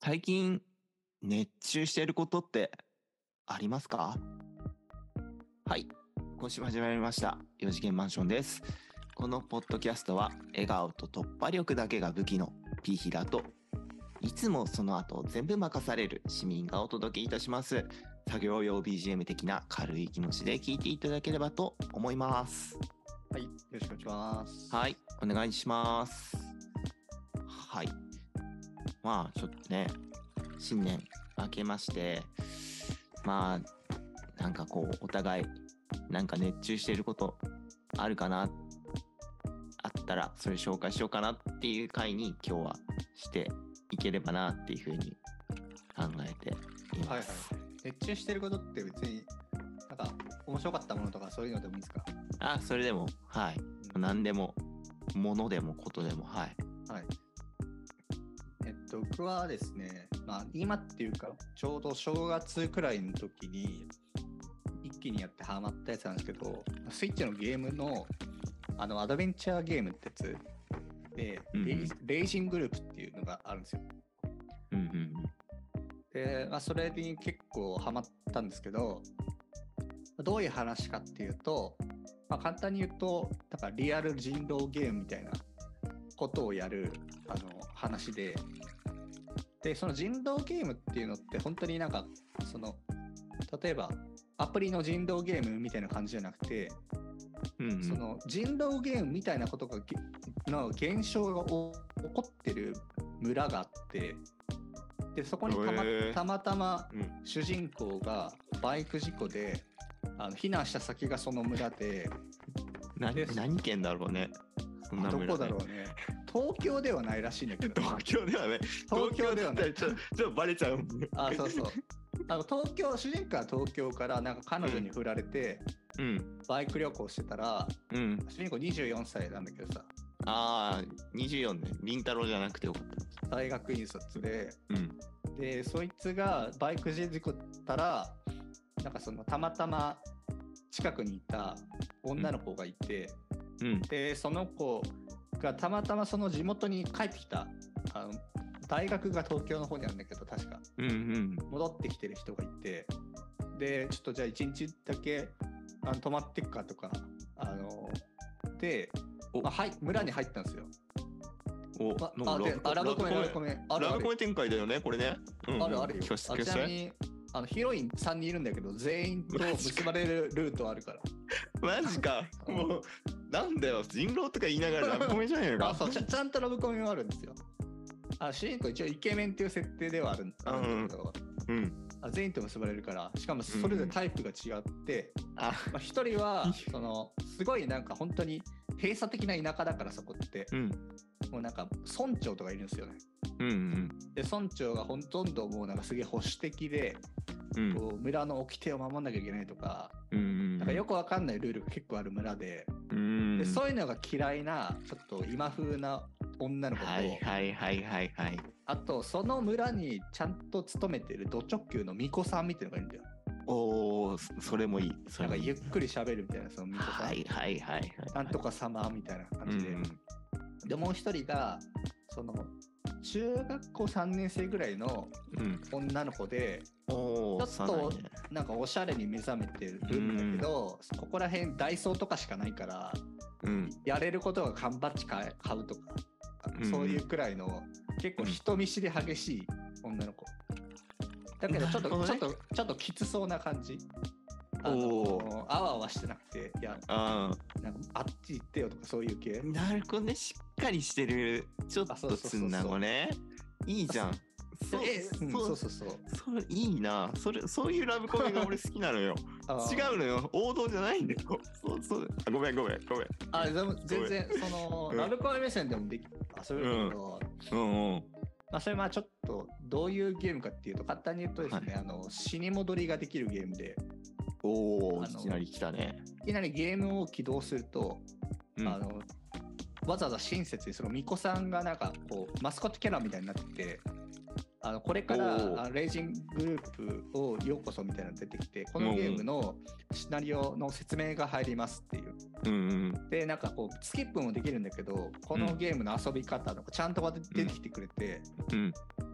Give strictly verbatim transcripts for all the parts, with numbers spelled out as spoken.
最近熱中していることってありますか？はい、今週も始まりましたよ次元マンションです。このポッドキャストは笑顔と突破力だけが武器のピーヒラといつもその後を全部任される市民がお届けいたします。作業用 ビージーエム 的な軽い気持ちで聞いていただければと思います。 はい、よろしくお願いします。 はい、お願いします。はい、まあちょっとね、新年明けまして、まあなんかこうお互いなんか熱中していることあるかな、あったらそれ紹介しようかなっていう回に今日はしていければなっていうふうに考えています。 はいはい。熱中してることって別になんか面白かったものとかそういうのでもいいですか？ あ、それでもはい、うん、何でも物でもことでもはいはい。えっと僕はですね、まあ今っていうかちょうど正月くらいの時に一気にやってハマったやつなんですけど、スイッチのゲームのあのアドベンチャーゲームってやつで、うんうん、レイ、レイジングループっていうのがあるんですよ。 うんうん、 で、まあ、それに結構ハマったんですけど、どういう話かっていうと、まあ、簡単に言うとだからリアル人狼ゲームみたいなことをやるあの話で、でその人狼ゲームっていうのって本当になんかその例えばアプリの人狼ゲームみたいな感じじゃなくて、うんうん、その人狼ゲームみたいなことがの現象が起こってる村があって、でそこにた ま, たまたま主人公がバイク事故で、うん、あの避難した先がその村で、 なで何県だろうね。そんな村ね、 どこだろうね。東京ではないらしいんだけど。 東京ではね。 東京ではない。 ちょっとバレちゃうもんね。 あ、そうそう。あの東京主人公は東京からなんか彼女に振られて、うん、バイク旅行してたら、うん、主人公にじゅうよんさいなんだけどさ。 ああ、にじゅうよんね。凛太郎じゃなくてよかった。 大学院卒で、うん、でそいつがバイクで事故ったら、なんかそのたまたま近くにいた女の子がいて、うん、でその子がたまたまその地元に帰ってきた、あの大学が東京の方にあるんだけど確か、うんうん、戻ってきてる人がいて、でちょっとじゃあ一日だけあの泊まってくかとか、あので、まあはい、村に入ったんですよ。 おああであラブコメラブコメあるラブコメ展開だよねこれね、 うん、あるあるよ。あちなみにあのヒロインさんにんいるんだけど全員と結ばれるルートあるから。 マジか。もうなんだよ人狼とか言いながらラブコメじゃないのか。 あそう ち, ちゃんとラブコメもあるんですよ。あ主人公一応イケメンっていう設定ではあるんだけど、うんうん、あ全員と結ばれるから、しかもそれぞれタイプが違って、うんまあ、一人はそのすごいなんか本当に閉鎖的な田舎だからそこって、うん、もうなんか村長とかいるんですよね、うんうん、で村長がほとんどもうなんかすげえ保守的で、うん、こう村の掟を守んなきゃいけないとか、うんうん、なんかよくわかんないルールが結構ある村 で,、うん、でそういうのが嫌いなちょっと今風な女の子と、 はいはいはいはいはい、 あとその村にちゃんと勤めてるド直球の巫女さんみたいなのがいるんだよ。 おー、それもいい。それもいい。 なんかゆっくり喋るみたいな、その巫女さん。 はいはいはいはい。 なんとか様みたいな感じで。うん、でもう一人がその中学校さんねん生ぐらいの女の子で、うん、ちょっとなんかおしゃれに目覚めてるんだけど、うん、ここら辺ダイソーとかしかないから、うん、やれることが缶バッジ買うとか、うん、そういうくらいの結構人見知り激しい女の子。だけどちょっと、ね、ちょっとちょっときつそうな感じ。あのあわあわしてなくて、いやあなんかあっち行ってよとかそういう系。 なるほどね、しっかりしてる、ちょっとつんな子ね。いいじゃん。 そうそうそうそう。 それいいな。それそういうラブコメが俺好きなのよ。違うのよ。王道じゃないんだよ。そうそう。ごめんごめんごめん。 あでも全然その、うん、ラブコメ目線でもでき遊べるんだけど。うんうんうんまあ、それまあちょっとどういうゲームかっていうと簡単に言うとですね、はい、あの死に戻りができるゲームで、 おーいきなり来たね。 いきなりゲームを起動すると、うん、あのわざわざ親切にその巫女さんがなんかこうマスコットキャラみたいになってて、あのこれからレイジングループをようこそみたいなのが出てきて、このゲームのシナリオの説明が入りますっていう、うんうん、でなんかこうスキップもできるんだけど、このゲームの遊び方とかちゃんと出てきてくれて、うん、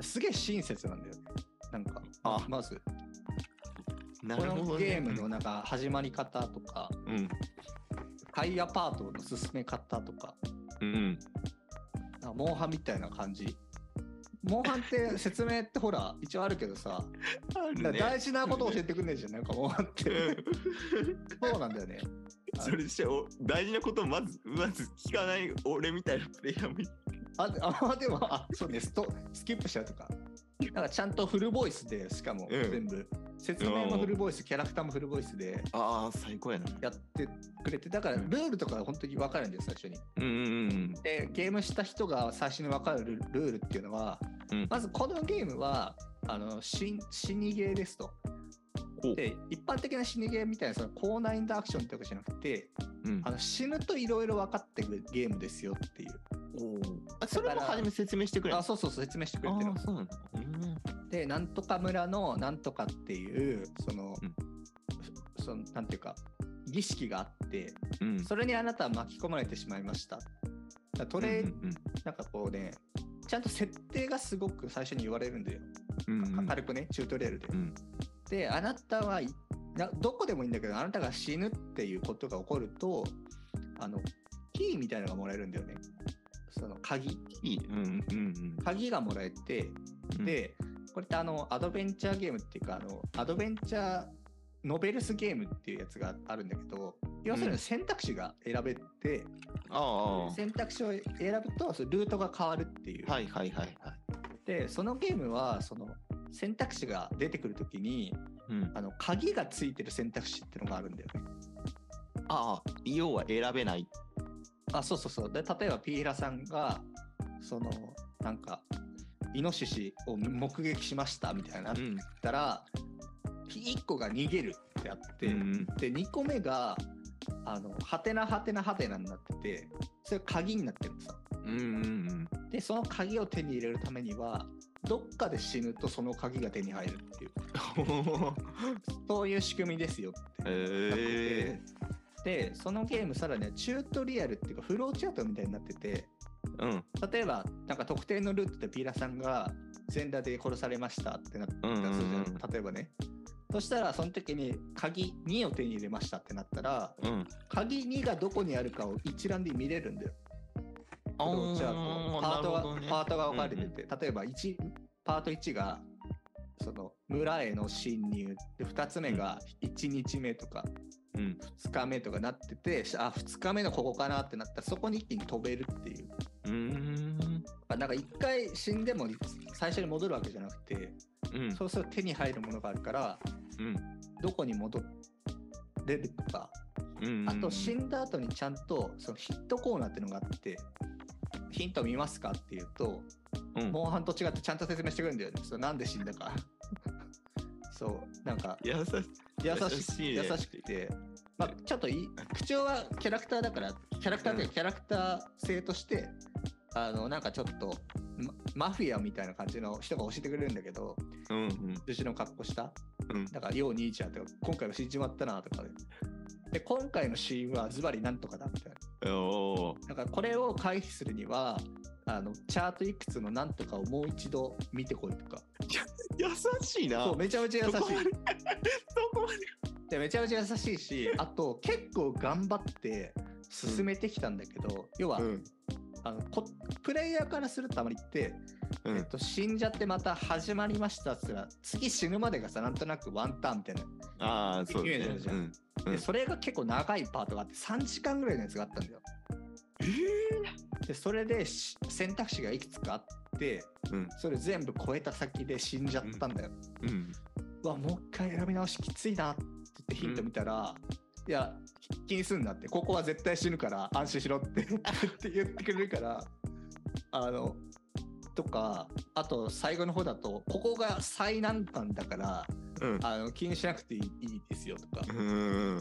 すげえ親切なんだよね。なんか、 あまず、 なるほど、ね、 このゲームのなんか始まり方とか、 うん、 タイヤパートの進め方とか、 うん、 なんかモンハンみたいな感じ。モンハンって説明ってほら一応あるけどさ、 ね、 大事なこと教えてくんねえじゃん、なんかモンハンってそうなんだよね。 それでしょ、大事なことをまずまず聞かない俺みたいなプレイヤーもいる。 ああでもあそうね、ストスキップしちゃうとか、なんかちゃんとフルボイスで、しかも全部、うん、説明もフルボイス、キャラクターもフルボイスで、 ああ最高やな、 やってくれて、だからルールとか本当に分かるんです、最初に。 うんうんうん、でゲームした人が最初に分かるルールっていうのは、うん、まずこのゲームはあの死にゲーですと。で一般的な死にゲーみたいなその高難易度アクションってわけじゃなくて、うん、あの死ぬといろいろ分かってくるゲームですよっていう。 おあそれも初め説明してくれる。 あそうそうそう説明してくれてる。 あそうなんだ、 うん、でなんとか村のなんとかっていうその、うん、そのなんていうか儀式があって、うん、それにあなたは巻き込まれてしまいました。だトレ、うんうんうん、なんかこうねちゃんと設定がすごく最初に言われるんだよ、うんうん、軽くねチュートリアルで、うん、であなたはどこでもいいんだけどあなたが死ぬっていうことが起こるとあのキーみたいなのがもらえるんだよね。その鍵、 うんうんうん、 鍵がもらえて、うん、でこれってあのアドベンチャーゲームっていうかあのアドベンチャーノベルスゲームっていうやつがあるんだけど、要するに選択肢が選べて、うん、選択肢を選ぶとそのルートが変わるっていう。 はいはいはいはい。 でそのゲームはその選択肢が出てくるときに、うん、あの鍵がついてる選択肢っていうのがあるんだよね。 ああ、要は選べない。 あ、そうそうそう。で例えばピーラさんがそのなんかイノシシを目撃しましたみたいなったら、うん、いっこが逃げるってあって、うん、でにこめがあのハテナハテナハテナになってて、それ鍵になってるんですよ。うんうんうん、でその鍵を手に入れるためにはどっかで死ぬとその鍵が手に入るっていうそういう仕組みですよって、えー、でそのゲームさらにはチュートリアルっていうかフローチャートみたいになってて、うん、例えばなんか特定のルートでピーラさんが全裸で殺されましたってなったらするじゃん、うんうんうん、例えばね。そしたらその時に鍵にを手に入れましたってなったら、うん、鍵にがどこにあるかを一覧で見れるんだよ。フローチャートパートが、ね、パートが分かれてて、うんうん、例えばいちパートいちがその村への侵入でふたつめがいちにちめとか、うん、ふつかめとかなってて、あふつかめのここかなってなったらそこに一気に飛べるっていう。うーんなんか一回死んでも最初に戻るわけじゃなくて、うん、そうすると手に入るものがあるから、うん、どこに戻れるとか、うんうんうん、あと死んだ後にちゃんとそのヒットコーナーっていうのがあって、ヒント見ますかっていうと、うん、モンハンと違ってちゃんと説明してくれるんだよね。それなんで死んだかそうなんか優し優しい、ね、優しくて、まあ、ちょっとい口調はキャラクターだからキャラクターで、うん、キャラクター性としてあのなんかちょっとマフィアみたいな感じの人が教えてくれるんだけど、うんうん、女子の格好した、うん、だからよう兄ちゃんとか今回は死んじまったなとかで、で今回のシーンはズバリなんとかだみたいな。おだからこれを回避するにはあのチャートいくつのなんとかをもう一度見てこいとか。 優しいな。 そうめちゃめちゃ優しい。そこまでそこまででめちゃめちゃ優しいし、あと結構頑張って進めてきたんだけど、うん、要は、うん、あのこプレイヤーからするとあまりって、うんえっと、死んじゃってまた始まりましたって言ったら次死ぬまでがさなんとなくワンターンみたいなああそうですね、 じゃんうんうん、でそれが結構長いパートがあってさんじかんぐらいのやつがあったんだよ。 えー、 でそれで選択肢がいくつかあって、うん、それ全部超えた先で死んじゃったんだよ、うんうん、うわもう一回選び直しきついなって言ってヒント見たら、うん、いや気にすんなってここは絶対死ぬから安心しろってって言ってくれるからあのとかあと最後の方だとここが最難関だから、うん、あの気にしなくていい、いいですよとか、うん、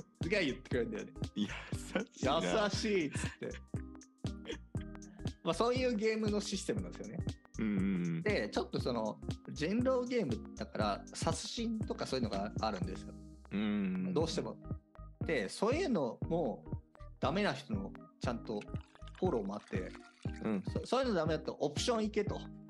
すげえ言ってくれるんだよね。 優しいな優しいっつってまあそういうゲームのシステムなんですよね。うんうん、でちょっとその人狼ゲームだから殺人とかそういうのがあるんですよ、うん、どうしても。でそういうのもダメな人のちゃんとフォローもあって、うん、そ, そういうのダメだとオプションいけと、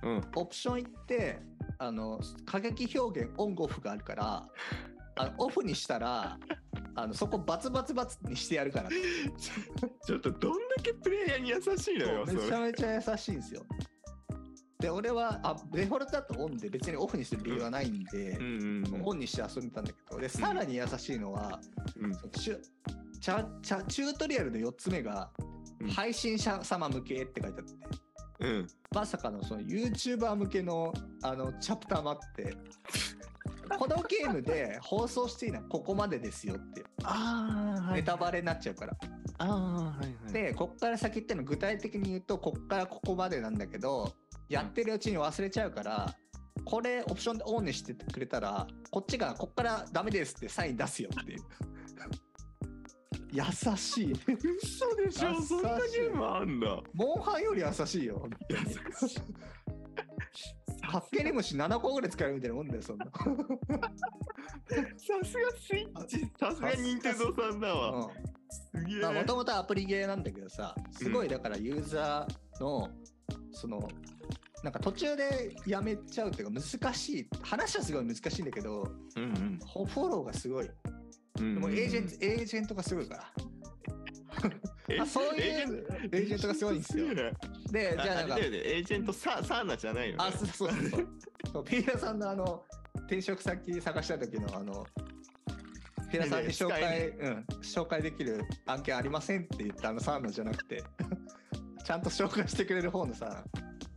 うん。 オプション行ってあの過激表現オンオフがあるからあのオフにしたらあのそこバツバツバツにしてやるからってちょっとどんだけプレイヤーに優しいのよ。 めちゃめちゃ優しいんですよ。で俺はあデフォルトだとオンで別にオフにする理由はないんで、うんうんうん、オンにして遊んでたんだけどでさらに優しいのは、うん、そチュチャチャチュートリアルのよっつめが、うん、配信者様向けって書いてあって、うん、まさかのその YouTuber 向けのあのチャプターもあってこのゲームで放送していいのはここまでですよってあ、はい、ネタバレになっちゃうからあ、はいはい、でこっから先っての具体的に言うとこっからここまでなんだけどやってるうちに忘れちゃうからこれオプションでオンにしてくれたらこっちがこっからダメですってサイン出すよっていう優しい嘘でしょ。そんなゲームあんだ。 モンハンより優しいよ優しいカッケリムシななこぐらい使えるみたいなもんだよそんなさすがスイッチさすが任天堂さんだわ、うん、すげえ。 もともとアプリゲーなんだけどさすごいだからユーザーの、うん、そのなんか途中でやめちゃうっていうか難しい話はすごい難しいんだけど、うんうん、フォローがすごい、うんうん、でもエージェントエージェントがすごいからあそういうエージェントがすごいんですよ。でじゃあなんかエージェントササーナじゃないの、ね、 あそうそうそうそうピーラさんのあの転職先探した時のあのピーラさんに紹介、うん、紹介できる案件ありませんって言ったあのサーナじゃなくてちゃんと紹介してくれる方のさ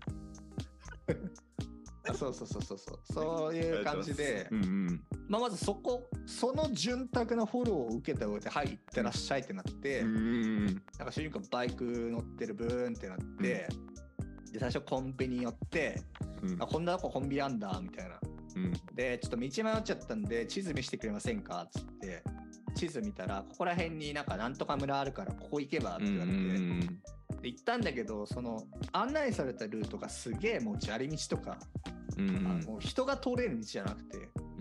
あそうそうそうそうそうそういう感じで、うんうん、まあ、まずそこその潤沢なフォローを受けた上ではい行ってらっしゃいってなって、うん、なんか主人公バイク乗ってるブーンってなって、うん、で最初コンビニ寄って、うん、あこんなとこコンビニあんだみたいな、うん、でちょっと道迷っちゃったんで地図見せてくれませんかっつって地図見たらここら辺になんかなんとか村あるからここ行けばって言われて、うん、で行ったんだけどその案内されたルートがすげえもう砂利道とか、うん、あもう人が通れる道じゃなくて、うん、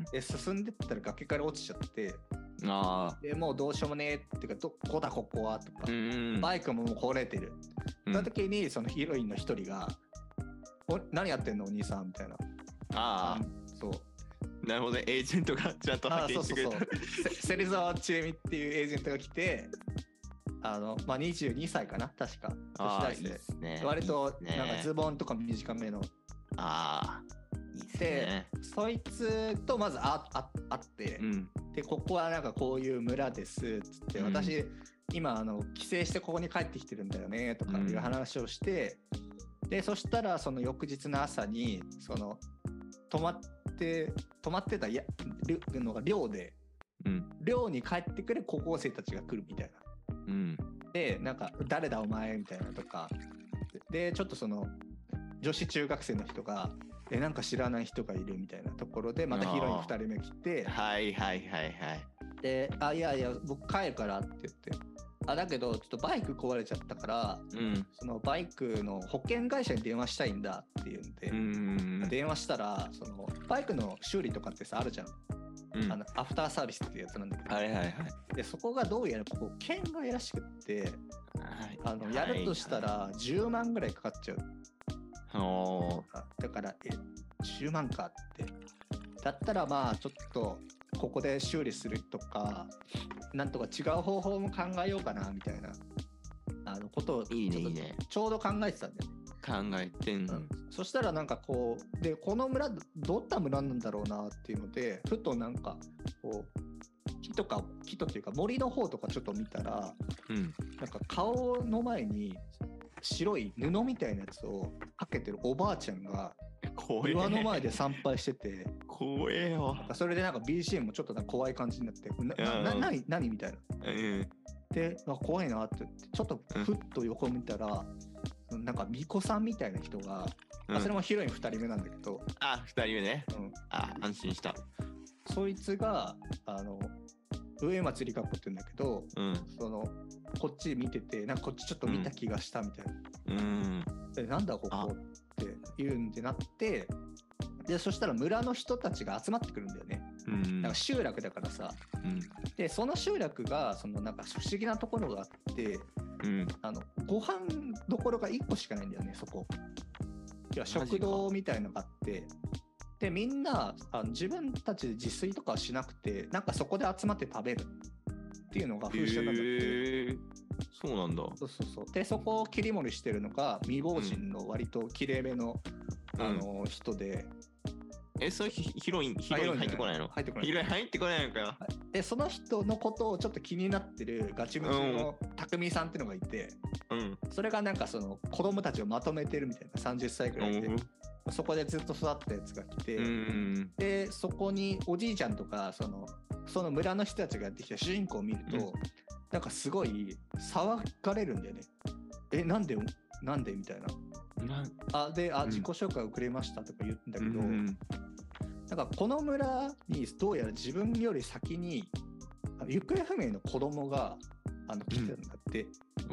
で進んでったら崖から落ちちゃってあでもうどうしようもねえっていうかどこだここはとか、うん、バイクももう壊れてる、うん、その時にそのヒロインの一人がお何やってんのお兄さんみたいなああそうなるほどね。エージェントがちゃんと派遣してくれた。 そうそうそう芹沢千恵美っていうエージェントが来てあの、まあ、にじゅうにさいかな確か女子大生で、ね、 割となんかズボンとか短めのあいいですね。でそいつとまずああ会って、うん、でここはなんかこういう村ですっつって、うん、私今あの帰省してここに帰ってきてるんだよねとかいう話をして、うん、でそしたらその翌日の朝にその泊まって泊まってたやのが寮で、うん、寮に帰ってくる高校生たちが来るみたいな、うん、でなんか誰だお前みたいなとかでちょっとその女子中学生の人がえなんか知らない人がいるみたいなところでまたヒロインふたりめ来てはいはいはいはいであいやいや僕帰るからって言ってあだけどちょっとバイク壊れちゃったから、うん、そのバイクの保険会社に電話したいんだって言うんで、うんうんうん、電話したらそのバイクの修理とかってさあるじゃん、うん、あのアフターサービスってやつなんだけど、はいはいはい、でそこがどうやらここ県外らしくって、はい、あのやるとしたらじゅうまんぐらいかかっちゃう、はい、だからえじゅうまんかってだったらまあちょっとここで修理するとかなんとか違う方法も考えようかなみたいなあのことをいいねいいねちょうど考えてたんだよね。 考えてんの、うん、 そしたらなんかこうでこの村どんな村なんだろうなっていうのでふとなんかこう木とか木とっていうか森の方とかちょっと見たら、うん、なんか顔の前に白い布みたいなやつをかけてるおばあちゃんが岩の前で参拝してて怖えよ。 それでなんか ビージーエム もちょっとなんか怖い感じになってななな何みたいな、うん、で怖いなって言ってちょっとふっと横見たら、うん、なんか巫女さんみたいな人が、うん、あそれもヒロインふたりめなんだけどあふたりめね、うん、あ安心した。 そいつがあの上松里香子って言うんだけど、うん、そのこっち見ててなんかこっちちょっと見た気がしたみたいな、うん、でなんだここって言うんでなってでそしたら村の人たちが集まってくるんだよね、うん、なんか集落だからさ、うん、でその集落がそのなんか不思議なところがあって、うん、あのご飯どころがいっこしかないんだよねそこ要は食堂みたいのがあって、でみんなあの自分たちで自炊とかはしなくて、なんかそこで集まって食べるっていうのが風習なんだって。 へー、そうなんだ。 そうそうそう。でそこを切り盛りしてるのが未亡人の割ときれいめの、うん、あの人で。 え、それヒヒロイン、ヒロイン入ってこないの？ 入ってこない。 ヒロイン入ってこないのかよ。 で、その人のことをちょっと気になってるガチムチの匠さんってのがいて、うん、それがなんかその子供たちをまとめてるみたいな、さんじゅっさいくらいで、うん、そこでずっと育ったやつが来て、うん、で、そこにおじいちゃんとか、その、その村の人たちがやってきた主人公を見ると、うん、なんかすごい騒がれるんだよね。え、なんで、なんでみたいな。あ、で、あ、自己紹介遅れましたとか言うんだけど、うん、なんかこの村にどうやら自分より先に行方不明の子供があの来てたんだって、うん、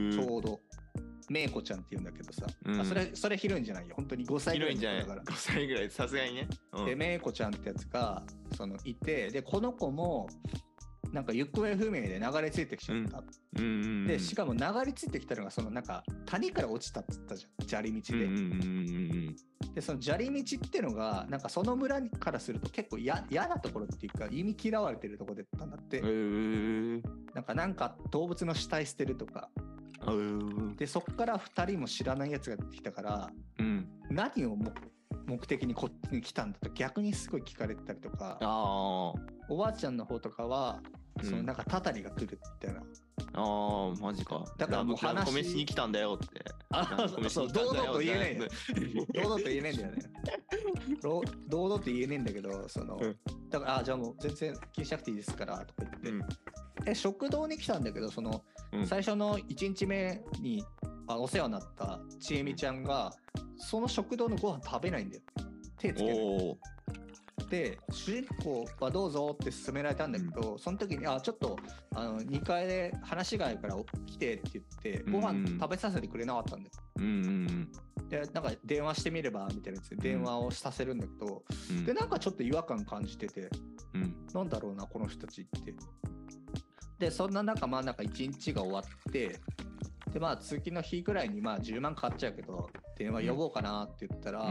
ちょう、ちょうどめいこちゃんって言うんだけどさ、うん、あそれそれヒロインじゃないよ、本当にごさいぐらいの子だから。 ごさいぐらい、さすがにね、 うん、でめいこちゃんってやつがそのいて、でこの子もなんか行方不明で流れ着いてきちゃった、うんうんうん、でしかも流れ着いてきたのがそのなんか谷から落ちたって言ったじゃん、砂利道で、うんうんうんうん、でその砂利道ってのがなんかその村からすると結構嫌なところっていうか意味嫌われてるところだったんだって、なんかなんか動物の死体捨てるとかで、そっからふたりも知らないやつが出てきたから、うん、何を目的にこっちに来たんだと逆にすごい聞かれてたりとか、あおばあちゃんの方とかはそのなんかたたりが来るみたいな、 ああマジか、 だからもう話米しに来たんだよって、 あそう堂々と言えないよ堂々と言えないんだよね堂々と言えねえんだけど、その、うん、だからあじゃあもう全然気にしなくていいですからとか言って、うん、え食堂に来たんだけど、その、うん、最初のいちにちめにあお世話になったちえみちゃんがその食堂のご飯食べないんだよ、手つけないで、主人公はどうぞって勧められたんだけど、うん、その時にあちょっとあのにかいで話があるから来てって言ってご飯食べさせてくれなかったんだよ、うんうんうん、でなんか電話してみればみたいなやつで電話をさせるんだけど、うん、でなんかちょっと違和感感じてて、うん、なんだろうなこの人たちって、でそんな中まあなんかいちにちが終わって、でまあ次の日ぐらいにまあじゅうまんかかっちゃうけど電話呼ぼうかなって言ったら、うん、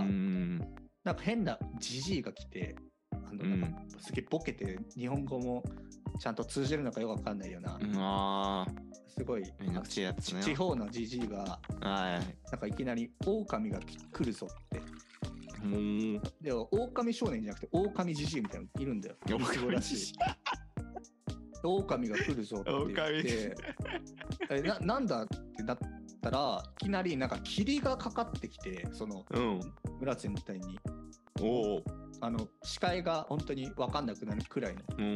なんか変なジジイが来て、あのなんかすげえボケて日本語もちゃんと通じるのかよくわかんないような、うん、あすごいやつ、ね、 地方のジジイがなんかいきなり狼が来るぞって、うん、で狼少年じゃなくて狼ジジイみたいなのいるんだよ、狼らしい狼が来るぞって言ってえ な, なんだってなったらいきなりなんか霧がかかってきて、その村全体に、うん、おあの視界が本当に分かんなくなるくらいの、うんうん、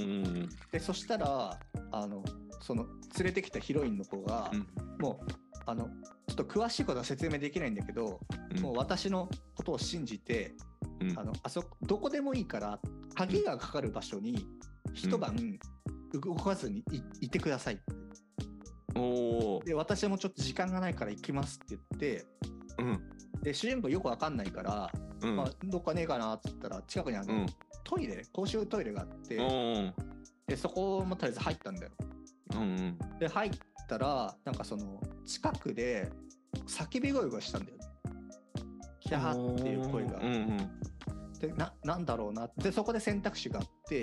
でそしたらあのその連れてきたヒロインの子が、うん、もうあのちょっと詳しいことは説明できないんだけど、うん、もう私のことを信じて、うん、あのあそこどこでもいいから鍵がかかる場所に一晩、うん動かずに い, いてくださいって。おで私もちょっと時間がないから行きますって言って、うん、で主人公よくわかんないから、うんまあ、どっかねえかなって言ったら近くにあの、うん、トイレ公衆トイレがあって、でそこもとりあえず入ったんだよ、うんうん、で入ったらなんかその近くで叫び声がしたんだよね、キャーっていう声が、うんうん、で な, なんだろうなってそこで選択肢があって、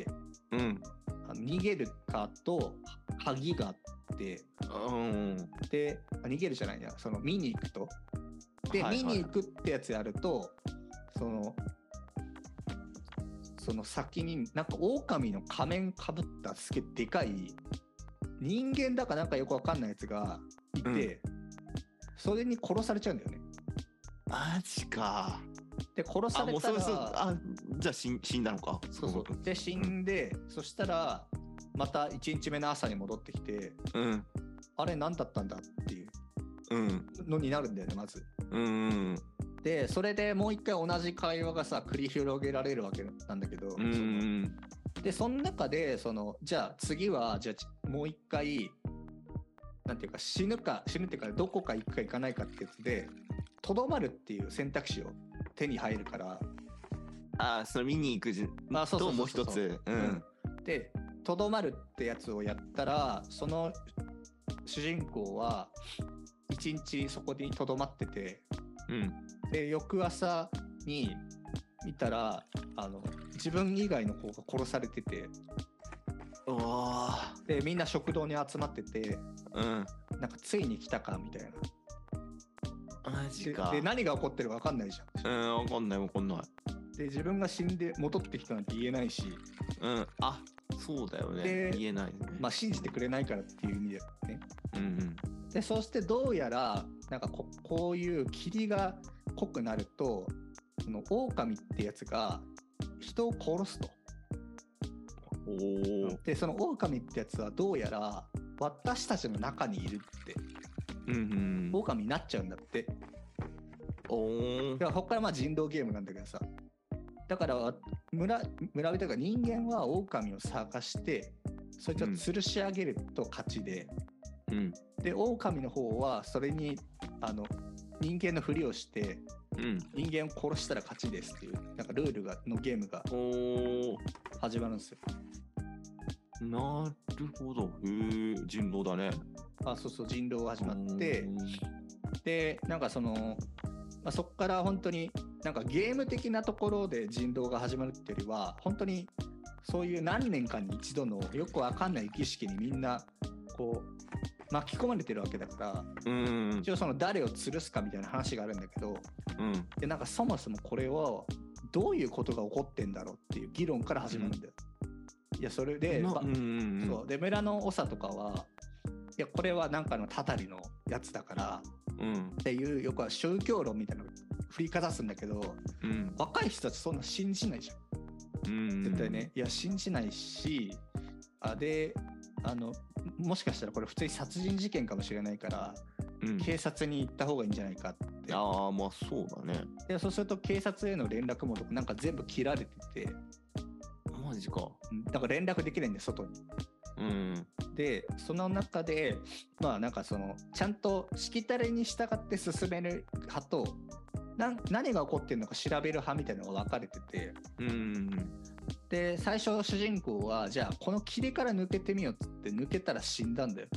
うん逃げるかと鍵があって、うん、で逃げるじゃないなその見に行くとで、はいはい、見に行くってやつやるとそのその先になんか狼の仮面かぶったすげえでかい人間だかなんかよくわかんないやつがいて、うん、それに殺されちゃうんだよね。 マジか。 で殺されたら あ, そうそうあじゃあ死んだのか。 そうそうで死んで、うん、そしたらまたいちにちめの朝に戻ってきて、うん、あれ何だったんだっていうのになるんだよねまず、うんうん、でそれでもう一回同じ会話がさ繰り広げられるわけなんだけど、うんうん、そのでその中でそのじゃあ次はじゃあもう一回なんていうか死ぬか死ぬっていうかどこか行くか行かないかってやつでとどまるっていう選択肢を手に入るから、 ああそれ見に行くじあそうそうそうそうともう一つ、うん、 でとどまるってやつをやったらその主人公はいちにちそこにとどまっててうんで翌朝に見たらあの自分以外の子が殺されてて、 うわでみんな食堂に集まってて、 ーうんなんかついに来たかみたいな。 マジか。 でで何が起こってるか分かんないじゃん。 うん分かんない分かんないで自分が死んで戻ってきたなんて言えないし、 うんあそうだよねで言えないねまあ信じてくれないからっていう意味でね。 うんうんでそしてどうやらなんか こ, こういう霧が濃くなるとその狼ってやつが人を殺すと。 おおでその狼ってやつはどうやら私たちの中にいるってうんうん狼になっちゃうんだって。 おおだからここからまあ人狼ゲームなんだけどさ、だから村村人というか人間は狼を探してそいつを吊るし上げると勝ちで、 うんで狼の方はそれにあの人間のふりをしてうん人間を殺したら勝ちですっていうなんかルールがのゲームがおお始まるんですよ。 なるほどへえ人狼だねあそうそう人狼が始まってでなんかその、まあ、そこから本当になんかゲーム的なところで人狼が始まるっていうよりは本当にそういう何年かに一度のよくわかんない儀式にみんなこう巻き込まれてるわけだから、 うん一応その誰を吊るすかみたいな話があるんだけど、 うんでなんかそもそもこれはどういうことが起こってんだろうっていう議論から始まるんだよ。いやそれで、 なばうんうんうんそうで村の長とかはいやこれはなんかのたたりのやつだからうんっていうよくは宗教論みたいなのを振りかざすんだけど、 うん若い人たちそんな信じないじゃんうん絶対ね。いや信じないし、あであのもしかしたらこれ普通に殺人事件かもしれないから、 うん警察に行った方がいいんじゃないかって。 ああまあそうだねでそうすると警察への連絡もなんか全部切られてて、 マジかうんだから連絡できないんで外に。 うんでその中でまあなんかそのちゃんとしきたりに従って進める派とな何が起こってるのか調べる派みたいなのが分かれてて、 うんで最初主人公はじゃあこの霧から抜けてみようっつって抜けたら死んだんだよ。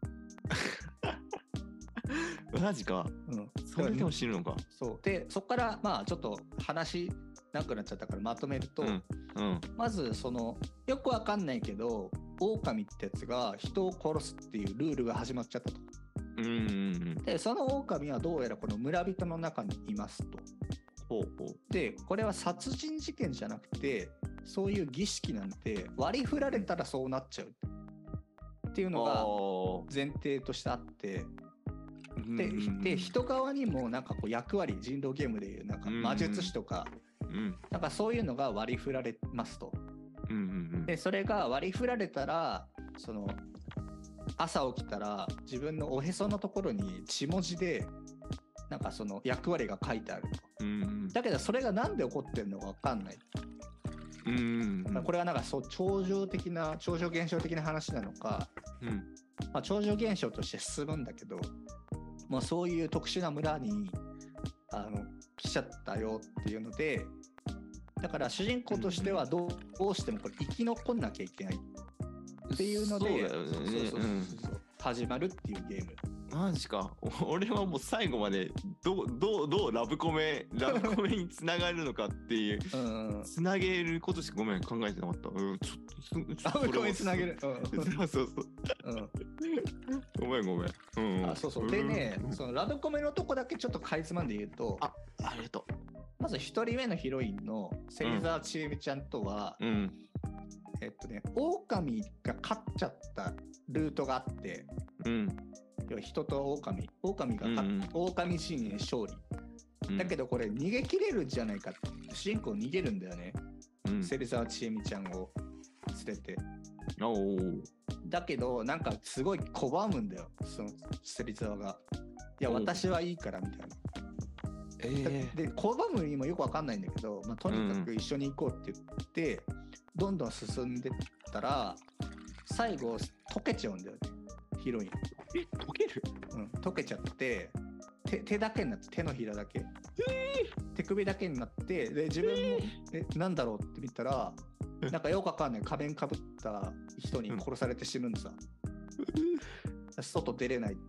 マジかうん、 それでも死ぬのかそうでそこからまあちょっと話なくなっちゃったからまとめると、 うんうんまずそのよくわかんないけど狼ってやつが人を殺すっていうルールが始まっちゃったと。 うんうんでその狼はどうやらこの村人の中にいますと。 ほうほうでこれは殺人事件じゃなくてそういう儀式なんて割り振られたらそうなっちゃうっていうのが前提としてあって、でで人側にもなんかこう役割人狼ゲームでいうなんか魔術師とかうんなんかそういうのが割り振られますと。 うんうんでそれが割り振られたらその朝起きたら自分のおへそのところに血文字でなんかその役割が書いてあると。 うんだけどそれがなんで起こってるのか分かんない。 うんうんこれはなんかそう超常的な超常現象的な話なのか、 うんまあ、超常現象として進むんだけど、もうそういう特殊な村にあの来ちゃったよっていうので、だから主人公としてはどう、どうしてもこれ生き残んなきゃいけないっていうので、 そうだよねそうそうそうそう始まるっていうゲーム。 マジかお俺はもう最後までどうどうどうラブコメラブコメにつながるのかっていううん、 つなげることしかごめん考えてなかった。うんちょっとラブコメにつなげる。うんそうそうそううんごめんごめん。うんうんあそうそうでね、そのラブコメのとこだけちょっとかいつまんで言うと、 あありがとまず一人目のヒロインの芹沢千恵美ちゃんとは、 う。うんえっとね、狼が勝っちゃったルートがあって、 うん要は人と狼、狼が勝っ、 うん狼陣営勝利。 うんだけどこれ逃げ切れるんじゃないかって主人公逃げるんだよね、 うん芹沢千恵美ちゃんを連れて。 おーだけどなんかすごい拒むんだよその芹沢が。いやおう私はいいからみたいな。 えで拒む意味もよくわかんないんだけど、まあ、とにかく一緒に行こうって言って、どんどん進んでったら最後溶けちゃうんだよねヒロイン。 え溶けるうん、溶けちゃって手手だけになって手のひらだけ、手首だけになってで自分もえなんだろうって見たらなんかよくわかんない仮面かぶった人に殺されて死ぬんさ、外出れない。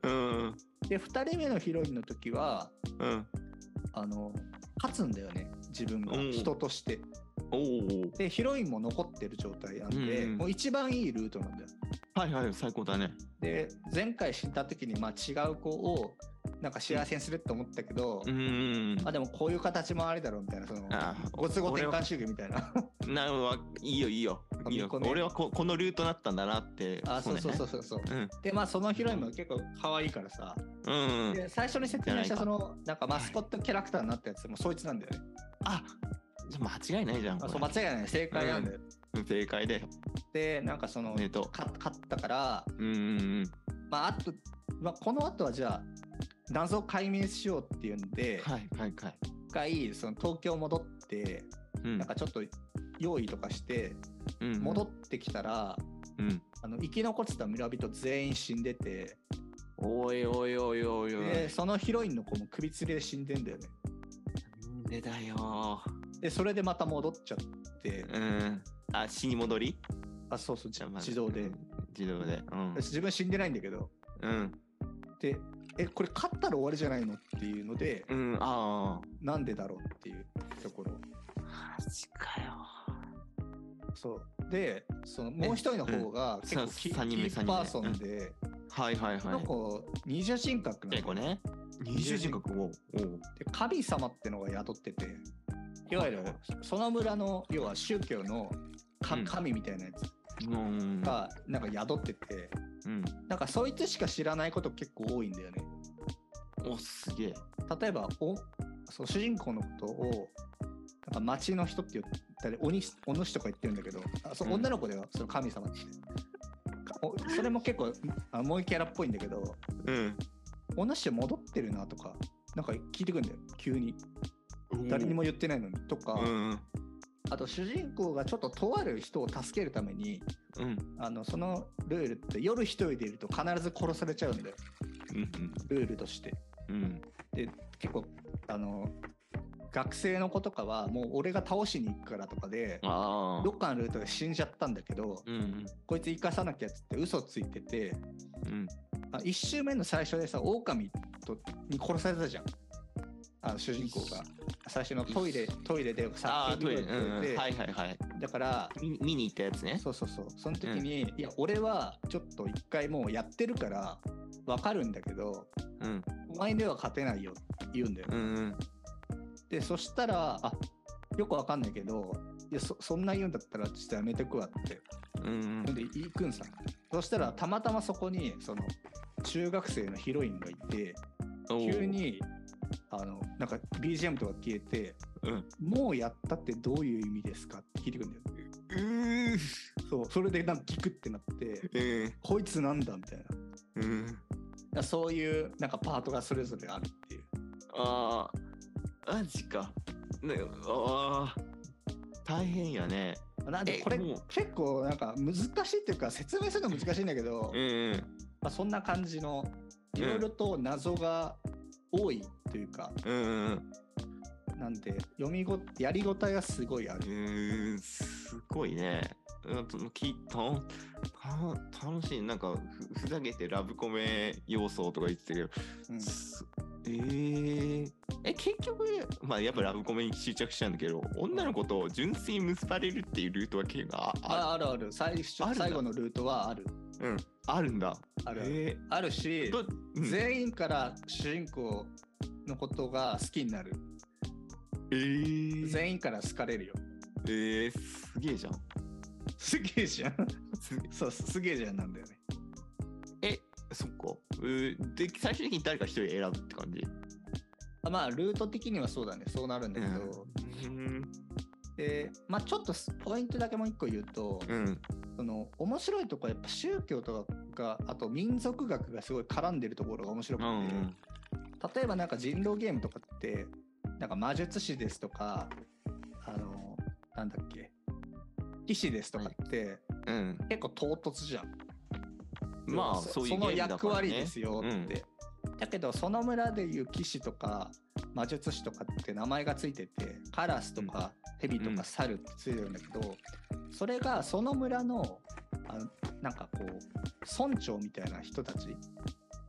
うんでふたりめのヒロインの時はうんあの勝つんだよね、自分がうん人として。 おおでヒロインも残ってる状態なんで、 うんもう一番いいルートなんだよ。 はいはい最高だね。 で前回死んだ時にまあ違う子をなんか幸せにするって思ったけど、 うんあでもこういう形もありだろうみたいな、そのあご都合転換主義みたいな。 なるほどいいよいいよいいよ、 みこね俺はここのルートだったんだなってあそうそうそううそうそう。 ねでまあそのヒロインも結構可愛いからさ、 うんうんうんで最初に説明したじゃないかそのなんかマスコットキャラクターになったやつもそいつなんだよね。 あ間違いないじゃんこれあそう間違いない、正解なんだよ。 正解だよでなんかそのおめでとか勝ったから、 ううんうんまああと、まあ、この後はじゃあ謎を解明しようっていうんで、 はいはいはい一回その東京戻ってうんなんかちょっと用意とかしてうん戻ってきたら、 うんあの生き残ってた村人全員死んでて、 おいおいおいおいおいでそのヒロインの子も首吊りで死んでんだよね。 なんでだよでそれでまた戻っちゃって、 うんあ死に戻りあそうそうじゃあまず自動で、 うん自動でうん自分死んでないんだけど、 うんでえこれ勝ったら終わりじゃないのっていうので、 うんああなんでだろうっていうところ。 マジかよそうでそのもう一人の方が結構さキ,、 三人目キーパーソンで、 はいはいこのはい子二重人格なの結構ね二重人格をおうで神様ってのが宿ってて、いわゆるその村の要は宗教のかうん神みたいなやつうんがなんか宿ってて、 うんなんかそいつしか知らないこと結構多いんだよね。 おすげえ例えばおそう主人公のことをなんか町の人って言ったりおにお主とか言ってるんだけど、あそううん女の子ではその神様ってかおそれも結構あもうキャラっぽいんだけど、 うんお主戻ってるなとかなんか聞いてくんだよ急に、誰にも言ってないのにとか、 うんあと主人公がちょっととある人を助けるためにうんあのそのルールって夜一人でいると必ず殺されちゃうんだよ、 うんルールとして。 うんで結構あの学生の子とかはもう俺が倒しに行くからとかでああどっかのルートで死んじゃったんだけど、 うんこいつ生かさなきゃっつって嘘ついてて、 うんあいち周目の最初でさ狼とに殺されたじゃん、あの主人公が最初のトイレトイレであさあトイレっきうんうんてはいはいはいだから見見に行ったやつねそうそうそうその時に、いや俺はちょっと一回もうやってるから分かるんだけどうんお前では勝てないよって言うんだよ、 うんうんでそしたらあよくわかんないけどいや そ, そんな言うんだったらちょっとやめてくわってうんで行くんさ。そしたらたまたまそこにその中学生のヒロインがいて急にあのなんか ビージーエム とか消えてうんもうやったってどういう意味ですかって聞いてくるんだよ。 うーんそうそれでなんか聞くってなってうんこいつなんだみたいな、 うんだからそういうなんかパートがそれぞれあるっていう。 ああマジかねああ大変やねなんでこれえもう結構なんか難しいっていうか説明するの難しいんだけど、 うんうんまあ、そんな感じのいろいろと謎が多いというか、 うんうんなんで読みごやりごたえがすごいある。 うーんすごいねうんときたた楽しいなんかふふざけてラブコメ要素とか言ってたけど、 うんすえー、え結局まあやっぱラブコメに執着しちゃうんだけど女の子と純粋に結ばれるっていうルートは結構ああああるある最初あるんだ最後のルートはあるうんあるんだある、 えあるしー、どうん全員から主人公のことが好きになる、 えー、 全員から好かれるよ。 えー、すげえじゃんすげえじゃんすそうすげえじゃんなんだよね。 えそっかえーで最終的に誰か一人選ぶって感じあまあルート的にはそうだねそうなるんだけど、 うんでまあちょっとポイントだけもう一個言うと、 うんその面白いところはやっぱ宗教とかあと民族学がすごい絡んでるところが面白くて、 うん例えばなんか人狼ゲームとかってなんか魔術師ですとかあのなんだっけ騎士ですとかってうん結構唐突じゃん。 まあそそういうゲームだからねその役割ですよって、 うんだけどその村でいう騎士とか魔術師とかって名前がついててカラスとかヘビとかサルってついてるんだけど、それがその村のあのなんかこう村長みたいな人たち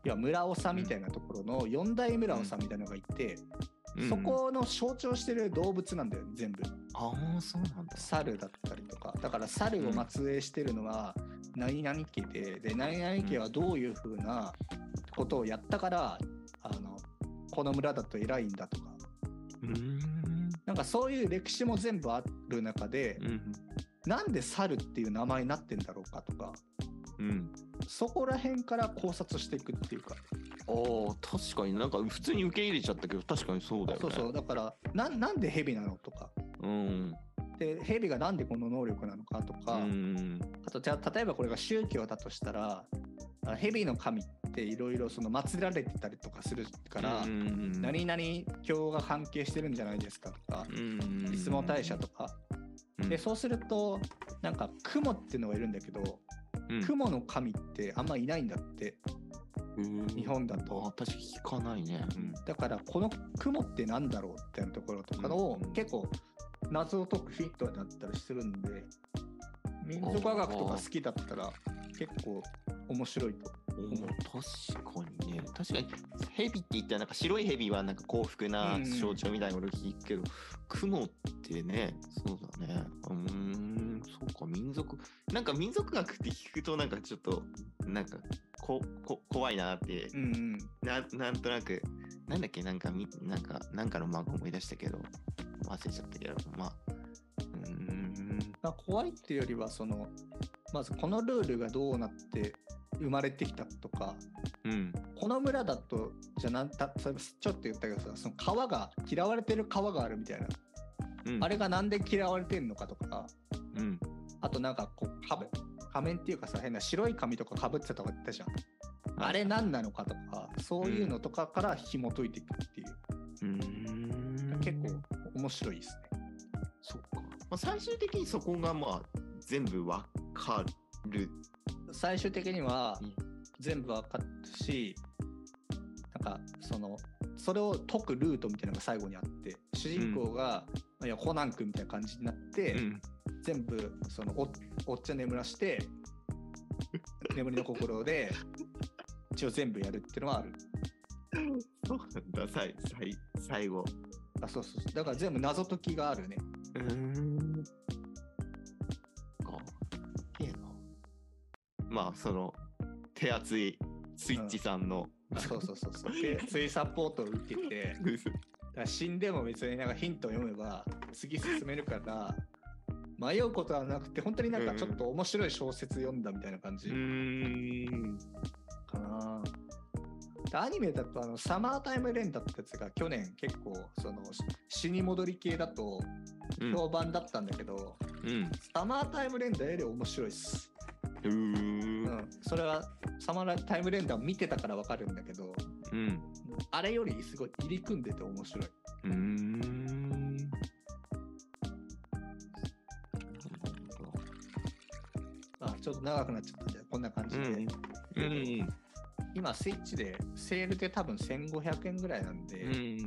いや村長みたいなところの四大村長みたいなのがいて、うん、そこの象徴してる動物なんだよね全部。 ああそうなんだ。 猿だったりとか、だから猿を末裔してるのは何々家で、で何々家はどういう風なことをやったから、うん、あのこの村だと偉いんだとか、うーんなんかそういう歴史も全部ある中で、うん、なんで猿っていう名前になってんだろうかとか、うん、そこら辺から考察していくっていうか。 ああ確かになんか普通に受け入れちゃったけど確かにそうだよね。 そうそうだからな なんで蛇なのとか、うん、で蛇がなんでこの能力なのかとか、うん、あとじゃあ例えばこれが宗教だとしたら蛇の神っていろいろその祀られてたりとかするから、うん、何々教が関係してるんじゃないですかとか、うん、出雲大社とか、うん、でそうするとなんか雲っていうのがいるんだけど、うん、雲の神ってあんまいないんだって。日本だと。 あ確かに聞かないね、 うん、だからこの雲ってなんだろうっていうところとかの、うん、結構謎を解くヒントになったりするんで、民族科学とか好きだったら結構面白いと思う。 確かにね。確かにヘビって言ったらなんか白いヘビはなんか幸福な象徴みたいなこと聞くけど、うん、雲ってねそうだね。うーんそうか民族なんか民族学って聞くとなんかちょっとなんかここ怖いなって、うんうん、な, なんとなくなんだっけなんかみなんかなんかのマーク思い出したけど忘れちゃったけどまあうーんまあ怖いっていうよりはそのまずこのルールがどうなって生まれてきたとか、うん、この村だとじゃなんたちょっと言ったけどさその川が嫌われてる川があるみたいな、うん、あれがなんで嫌われてるのかとか、うん、あとなんかこう壁仮面っていうかさ変な白い紙とか被ってたとか言ったじゃん、うん、あれ何なのかとかそういうのとかから紐解いていくっていう、うん、結構面白いですね。 そっか、まあ、最終的にそこがまあ全部わかる。 最終的には全部わかるし、なんかそのそれを解くルートみたいなのが最後にあって主人公が、うん、いやコナン君みたいな感じになって、うん、全部その お, おっちゃん眠らして眠りの心で一応全部やるっていうのはある。 そうなんだ 最, 最, 最後あそうそうそうだから全部謎解きがあるね。うーんまあその手厚いスイッチさんの、 うん、そうそうそうそう手厚いサポートを受けてだ死んでも別になんかヒントを読めば次進めるから迷うことはなくて本当になんかちょっと面白い小説読んだみたいな感じ、うん、かな。アニメだとあのサマータイム連打ってやつが去年結構その死に戻り系だと評判だったんだけど、うん、サマータイム連打より面白いっす。うーん、うん、それはサマータイムレンダーを見てたから分かるんだけど、うん、あれよりすごい入り組んでて面白い。うーんあちょっと長くなっちゃったんでこんな感じで、うんうん、今スイッチでセールで多分せんごひゃくえんぐらいなんで、うん、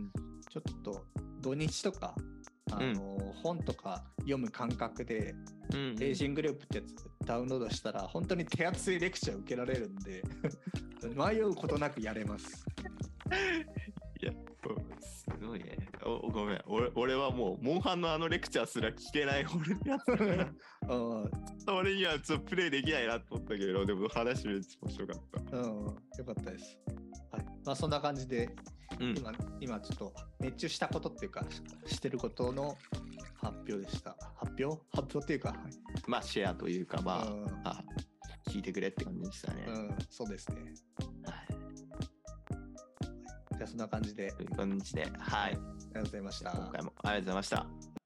ちょっと土日とかあの、うん、本とか読む感覚で、うん、エイジングループってやつダウンロードしたら本当に手厚いレクチャー受けられるんで迷うことなくやれます。 いやすごいね。おごめん 俺, 俺はもうモンハンのあのレクチャーすら聞けない俺のやつだから俺にはちょっとプレイできないなと思ったけどでも話めっちゃ面白かった。 うんよかったです。はいまあそんな感じで、うん、今, 今ちょっと熱中したことっていうかしてることの発表でした。発表発表っていうか、はい、 まあシェアというかまあ、うん、あ聞いてくれって感じでしたね。 うんそうですね。はい。じゃあそんな感じで。 という感じではい。ありがとうございました。 今回もありがとうございました。